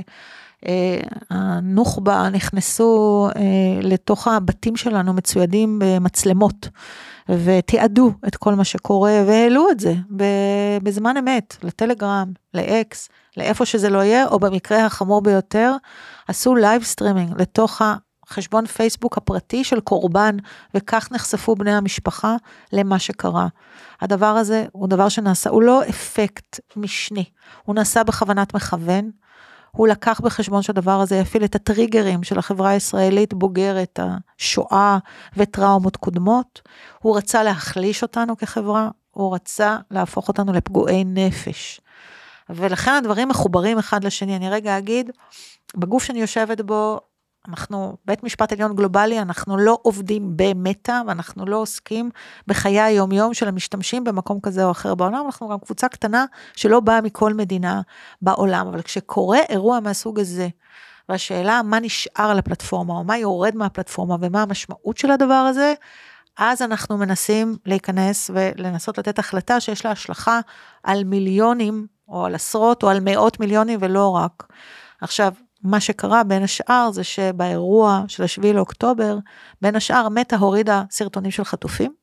C: שהנוח'בה נכנסו אה, לתוך הבתים שלנו, מצוידים במצלמות, ותיעדו את כל מה שקורה, והעלו את זה בזמן אמת, לטלגרם, לאקס, לאיפה שזה לא יהיה, או במקרה החמור ביותר, עשו לייב סטרימינג לתוך החשבון פייסבוק הפרטי של קורבן, וכך נחשפו בני המשפחה למה שקרה. הדבר הזה הוא דבר שנעשה, הוא לא אפקט משני, הוא נעשה בכוונת מכוון, הוא לקח בחשבון שהדבר הזה יפעיל את הטריגרים של החברה הישראלית בוגרת השואה וטראומות קודמות, הוא רצה להחליש אותנו כחברה, הוא רצה להפוך אותנו לפגועי נפש, ולכן הדברים מחוברים אחד לשני. אני רגע אגיד, בגוף שאני יושבת בו, אנחנו בית משפט עליון גלובלי, אנחנו לא עובדים במטה, ואנחנו לא עוסקים בחיי היום יום של המשתמשים במקום כזה או אחר בעולם, אנחנו גם קבוצה קטנה שלא באה מכל מדינה בעולם, אבל כשקורה אירוע מהסוג הזה, והשאלה מה נשאר על הפלטפורמה, או מה יורד מהפלטפורמה, ומה המשמעות של הדבר הזה, אז אנחנו מנסים להיכנס ולנסות לתת החלטה שיש לה השלכה על מיליונים, או על עשרות, או על מאות מיליונים, ולא רק. עכשיו, מה שקרה בין השאר, זה שבאירוע של השביעי לאוקטובר, בין השאר מטה הורידה סרטונים של חטופים,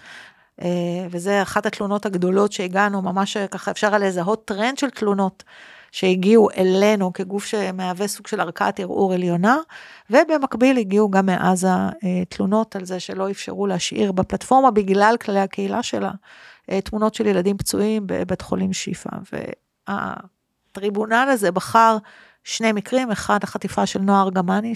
C: וזה אחת התלונות הגדולות שהגענו, ממש ככה אפשר לזהות טרנד של תלונות, שהגיעו אלינו כגוף שמהווה סוג של ערכאת ערעור עליונה, ובמקביל הגיעו גם מאז התלונות על זה שלא אפשרו להשאיר בפלטפורמה, בגלל כללי הקהילה שלה, תמונות של ילדים פצועים בבית חולים שיפה, והטריבונל הזה בחר שני מקרים, אחד החטיפה של נועה ארגמני,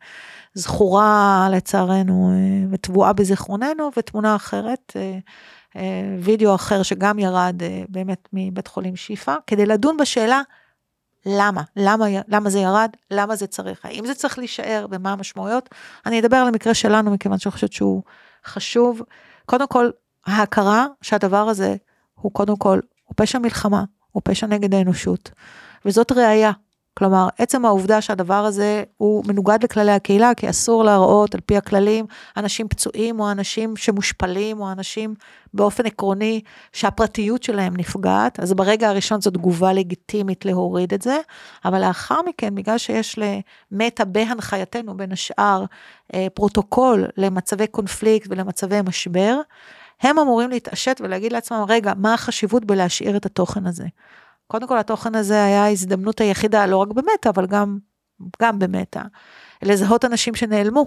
C: שזכורה לצערנו וטבועה בזיכרוננו, ותמונה אחרת, וידאו אחר שגם ירד באמת מבית חולים שיפה, כדי לדון בשאלה, למה? למה, למה זה ירד? למה זה צריך? האם זה צריך להישאר? ומה המשמעויות? אני אדבר על המקרה שלנו, מכיוון שאני חושבת שהוא חשוב. קודם כל, ההכרה שהדבר הזה הוא קודם כל, הוא פשע מלחמה, הוא פשע נגד האנושות, וזאת ראייה. כלומר, עצם העובדה שהדבר הזה הוא מנוגד לכללי הקהילה, כי אסור להראות על פי הכללים, אנשים פצועים או אנשים שמושפלים, או אנשים באופן עקרוני שהפרטיות שלהם נפגעת, אז ברגע הראשון זו תגובה לגיטימית להוריד את זה, אבל לאחר מכן, בגלל שיש למטה בהנחייתנו, בין השאר, פרוטוקול למצבי קונפליקט ולמצבי משבר, הם אמורים להתעשת ולהגיד לעצמם, רגע, מה החשיבות בלהשאיר את התוכן הזה? קודם כל, התוכן הזה היה ההזדמנות היחידה, לא רק במטה, אבל גם, גם במטה, לזהות אנשים שנעלמו.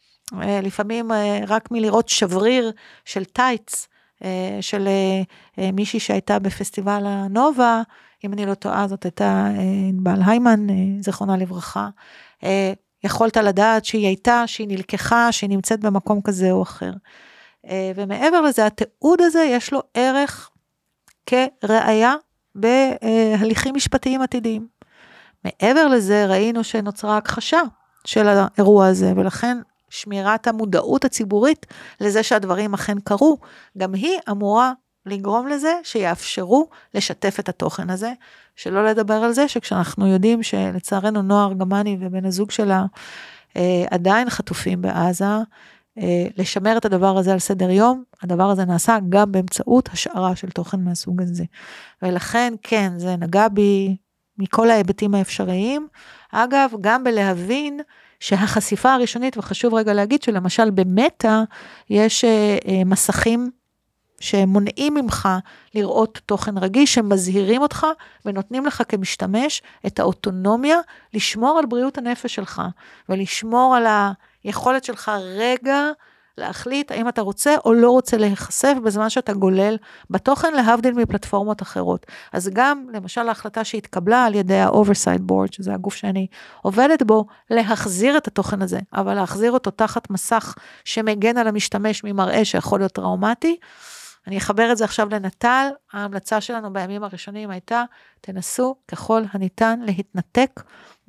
C: לפעמים רק מלראות שבריר של טייץ, של מישהי שהייתה בפסטיבל הנובה, אם אני לא טועה, זאת הייתה ענבל היימן, זכרונה לברכה, יכולת לדעת שהיא הייתה, שהיא נלקחה, שהיא נמצאת במקום כזה או אחר. ומעבר לזה, התיעוד הזה יש לו ערך כראיה בהליכים משפטיים עתידיים. מעבר לזה, ראינו שנוצרה הכחשה של האירוע הזה, ולכן שמירת המודעות הציבורית לזה שהדברים אכן קרו, גם היא אמורה לגרום לזה שיאפשרו לשתף את התוכן הזה, שלא לדבר על זה שכשאנחנו יודעים שלצערנו נועה ארגמני ובן הזוג שלה אה, עדיין חטופים בעזה, אה, לשמר את הדבר הזה על סדר יום, הדבר הזה נעשה גם באמצעות השערה של תוכן מהסוג הזה. ולכן כן, זה נגע בי מכל ההיבטים האפשריים, אגב גם בלהבין שהחשיפה הראשונית, וחשוב רגע להגיד שלמשל במטה יש אה, אה, מסכים שמונעים ממך לראות תוכן רגיש, שמזהירים אותך ונותנים לך כמשתמש את האוטונומיה לשמור על בריאות הנפש שלך, ולשמור על היכולת שלך רגע להחליט האם אתה רוצה או לא רוצה להיחשף בזמן שאתה גולל בתוכן, להבדיל מפלטפורמות אחרות. אז גם למשל ההחלטה שהתקבלה על ידי ה-Oversight Board, שזה הגוף שאני עובדת בו, להחזיר את התוכן הזה, אבל להחזיר אותו תחת מסך שמגן על המשתמש ממראה שיכול להיות טראומטי. אני אחבר את זה עכשיו לנטל, ההמלצה שלנו בימים הראשונים הייתה, תנסו ככל הניתן להתנתק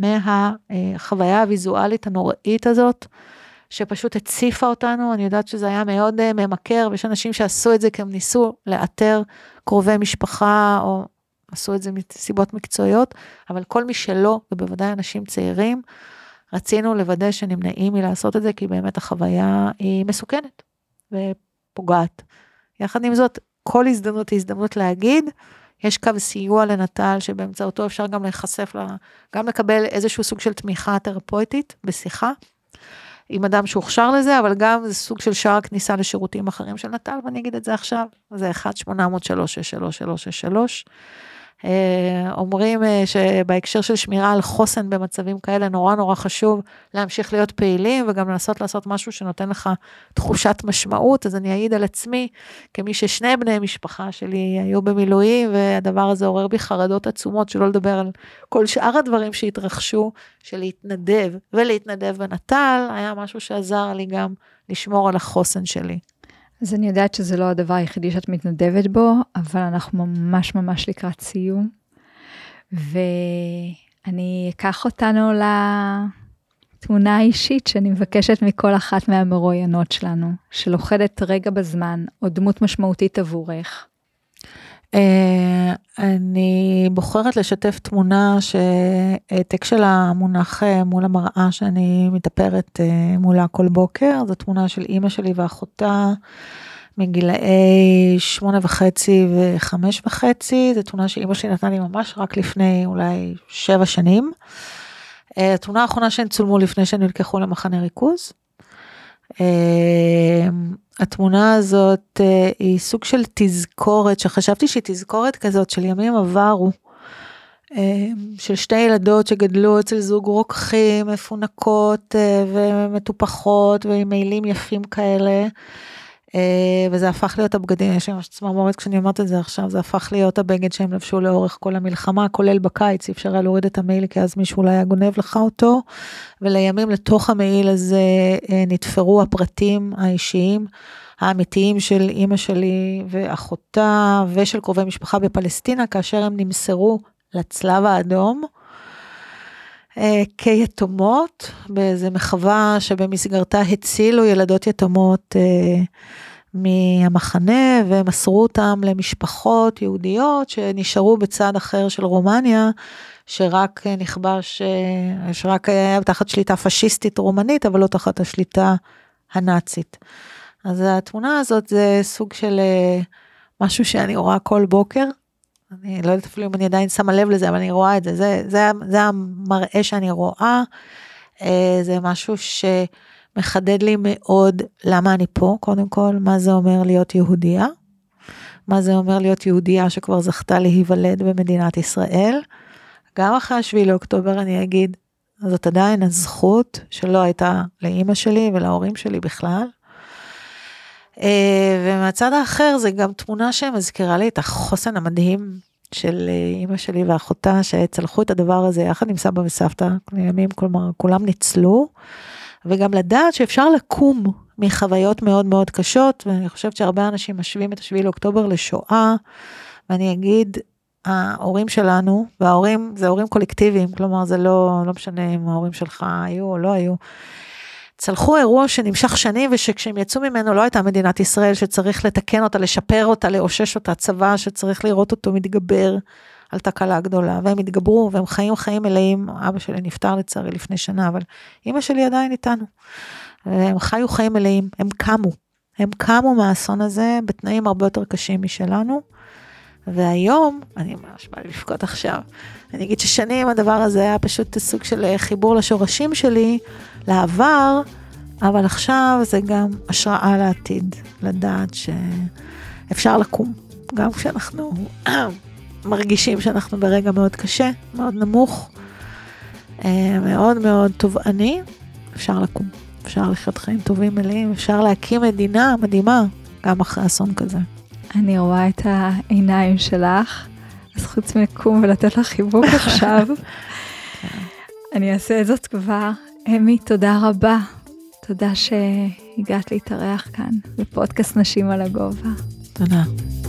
C: מהחוויה הוויזואלית הנוראית הזאת, שפשוט הציפה אותנו. אני יודעת שזה היה מאוד ממכר, ויש אנשים שעשו את זה כי הם ניסו לאתר קרובי משפחה, או עשו את זה מסיבות מקצועיות, אבל כל מי שלא, ובוודאי אנשים צעירים, רצינו לוודא שנמנעים מלעשות את זה, כי באמת החוויה היא מסוכנת ופוגעת. יחד עם זאת, כל הזדמנות היא הזדמנות להגיד, יש קו סיוע לנטל, שבאמצעותו אפשר גם להיחשף, לה, גם לקבל איזשהו סוג של תמיכה תרפויטית בשיחה, עם אדם שהוכשר לזה, אבל גם זה סוג של שער כניסה לשירותים אחרים של נטל, ואני אגיד את זה עכשיו, זה אחת שמונה אפס אפס שלוש שש שלוש שלוש שש שלוש. אומרים שבהקשר של שמירה על חוסן במצבים כאלה, נורא נורא חשוב להמשיך להיות פעילים, וגם לנסות לעשות משהו שנותן לך תחושת משמעות. אז אני אעיד על עצמי, כמי ששני בני משפחה שלי היו במילואים, והדבר הזה עורר בי חרדות עצומות, שלא לדבר על כל שאר הדברים שהתרחשו, של להתנדב ולהתנדב בנטל, היה משהו שעזר לי גם לשמור על החוסן שלי.
B: אז אני יודעת שזה לא הדבר היחידי שאת מתנדבת בו, אבל אנחנו ממש ממש לקראת סיום, ואני אקח אותנו לתמונה האישית שאני מבקשת מכל אחת מהמרואיינות שלנו, שלוחדת רגע בזמן, או דמות משמעותית עבורך.
C: אני בוחרת לשתף תמונה שהעתק שלה מונח מול המראה שאני מתאפרת מולה כל בוקר. זו תמונה של אמא שלי ואחותה מגילאי שמונה וחצי וחמש וחצי. זו תמונה שאמא שלי נתנה לי ממש רק לפני אולי שבע שנים. התמונה האחרונה שהן צולמו לפני שהן נלקחו למחנה ריכוז. התמונה הזאת היא סוג של תזכורת, שחשבתי שהיא תזכורת כזאת של ימים עברו, של שתי ילדות שגדלו אצל זוג רוקחים, מפונקות ומטופחות, ועם מילים יפים כאלה, וזה הפך להיות הבגדים, יש לי ממש צמרמורת כשאני אומרת את זה עכשיו, זה הפך להיות הבגד שהם לבשו לאורך כל המלחמה, כולל בקיץ, אפשר היה להוריד את המעיל, כי אז מישהו אולי היה גונב לך אותו, ולימים לתוך המעיל הזה נתפרו הפרטים האישיים, האמיתיים של אמא שלי ואחותה, ושל קרובי משפחה בפלסטינה, כאשר הם נמסרו לצלב האדום, כיתומות, באיזה מחווה שבמסגרתה הצילו ילדות יתומות מהמחנה ומסרו אותם למשפחות יהודיות שנשארו בצד אחר של רומניה, שרק נכבש, שרק היה תחת שליטה פשיסטית רומנית, אבל לא תחת השליטה הנאצית. אז התמונה הזאת זה סוג של משהו שאני רואה כל בוקר, אני לא יודעת אפילו אם אני עדיין שמה לב לזה, אבל אני רואה את זה, זה, זה, זה המראה שאני רואה, זה משהו שמחדד לי מאוד למה אני פה, קודם כל, מה זה אומר להיות יהודייה, מה זה אומר להיות יהודייה שכבר זכתה להיוולד במדינת ישראל, גם אחרי השביעי לאוקטובר אני אגיד, זאת עדיין הזכות שלא הייתה לאמא שלי ולהורים שלי בכלל, ומהצד האחר זה גם תמונה שמזכירה לי את החוסן המדהים של אמא שלי ואחותה שצלחו את הדבר הזה יחד עם סבא וסבתא, לימים כלומר כולם ניצלו, וגם לדעת שאפשר לקום מחוויות מאוד מאוד קשות, ואני חושבת שהרבה אנשים משווים את השביעי לאוקטובר לשואה, ואני אגיד, ההורים שלנו, וההורים זה הורים קולקטיביים, כלומר זה לא, לא משנה אם ההורים שלך היו או לא היו, צלחו אירוע שנמשך שנים, ושכשהם יצאו ממנו לא הייתה מדינת ישראל, שצריך לתקן אותה, לשפר אותה, לאושש אותה, צבא שצריך לראות אותו מתגבר על תקלה גדולה, והם התגברו, והם חיים חיים מלאים, אבא שלי נפטר לצערי לפני שנה, אבל אמא שלי עדיין איתנו, והם חיו חיים מלאים, הם קמו, הם קמו מהאסון הזה, בתנאים הרבה יותר קשים משלנו, והיום, אני ממש בא לי לפקוד עכשיו, אני אגיד ששנים הדבר הזה היה פשוט סוג של חיבור לשורשים שלי, לעבר, אבל עכשיו זה גם השראה לעתיד, לדעת שאפשר לקום, גם כשאנחנו מרגישים שאנחנו ברגע מאוד קשה, מאוד נמוך, מאוד מאוד תובעני, אפשר לקום, אפשר לחיות חיים טובים מלאים, אפשר להקים מדינה מדהימה, גם אחרי אסון כזה.
B: אני רואה את העיניים שלך, אז חוץ מלקום ולתת לך חיבוק עכשיו, אני אעשה את זאת כבר. אמי, תודה רבה. תודה שהגעת להתארח כאן, בפודקאסט נשים על הגובה.
C: תודה.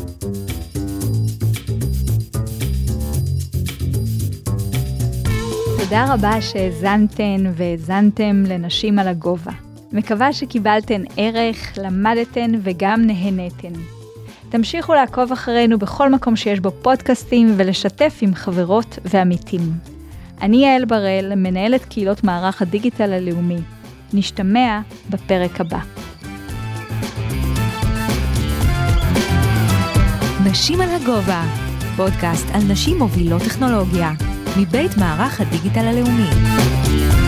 B: תודה רבה שהזנתן והזנתם לנשים על הגובה. מקווה שקיבלתן ערך, למדתן וגם נהנתן. תמשיכו לעקוב אחרינו בכל מקום שיש בו פודקאסטים ולשתף עם חברות ועמיתים. אני יעל בראל, מנהלת קהילות מערך הדיגיטל הלאומי. נשתמע בפרק הבא.
A: נשים על הגובה, פודקאסט על נשים מובילות טכנולוגיה, מבית מערך הדיגיטל הלאומי.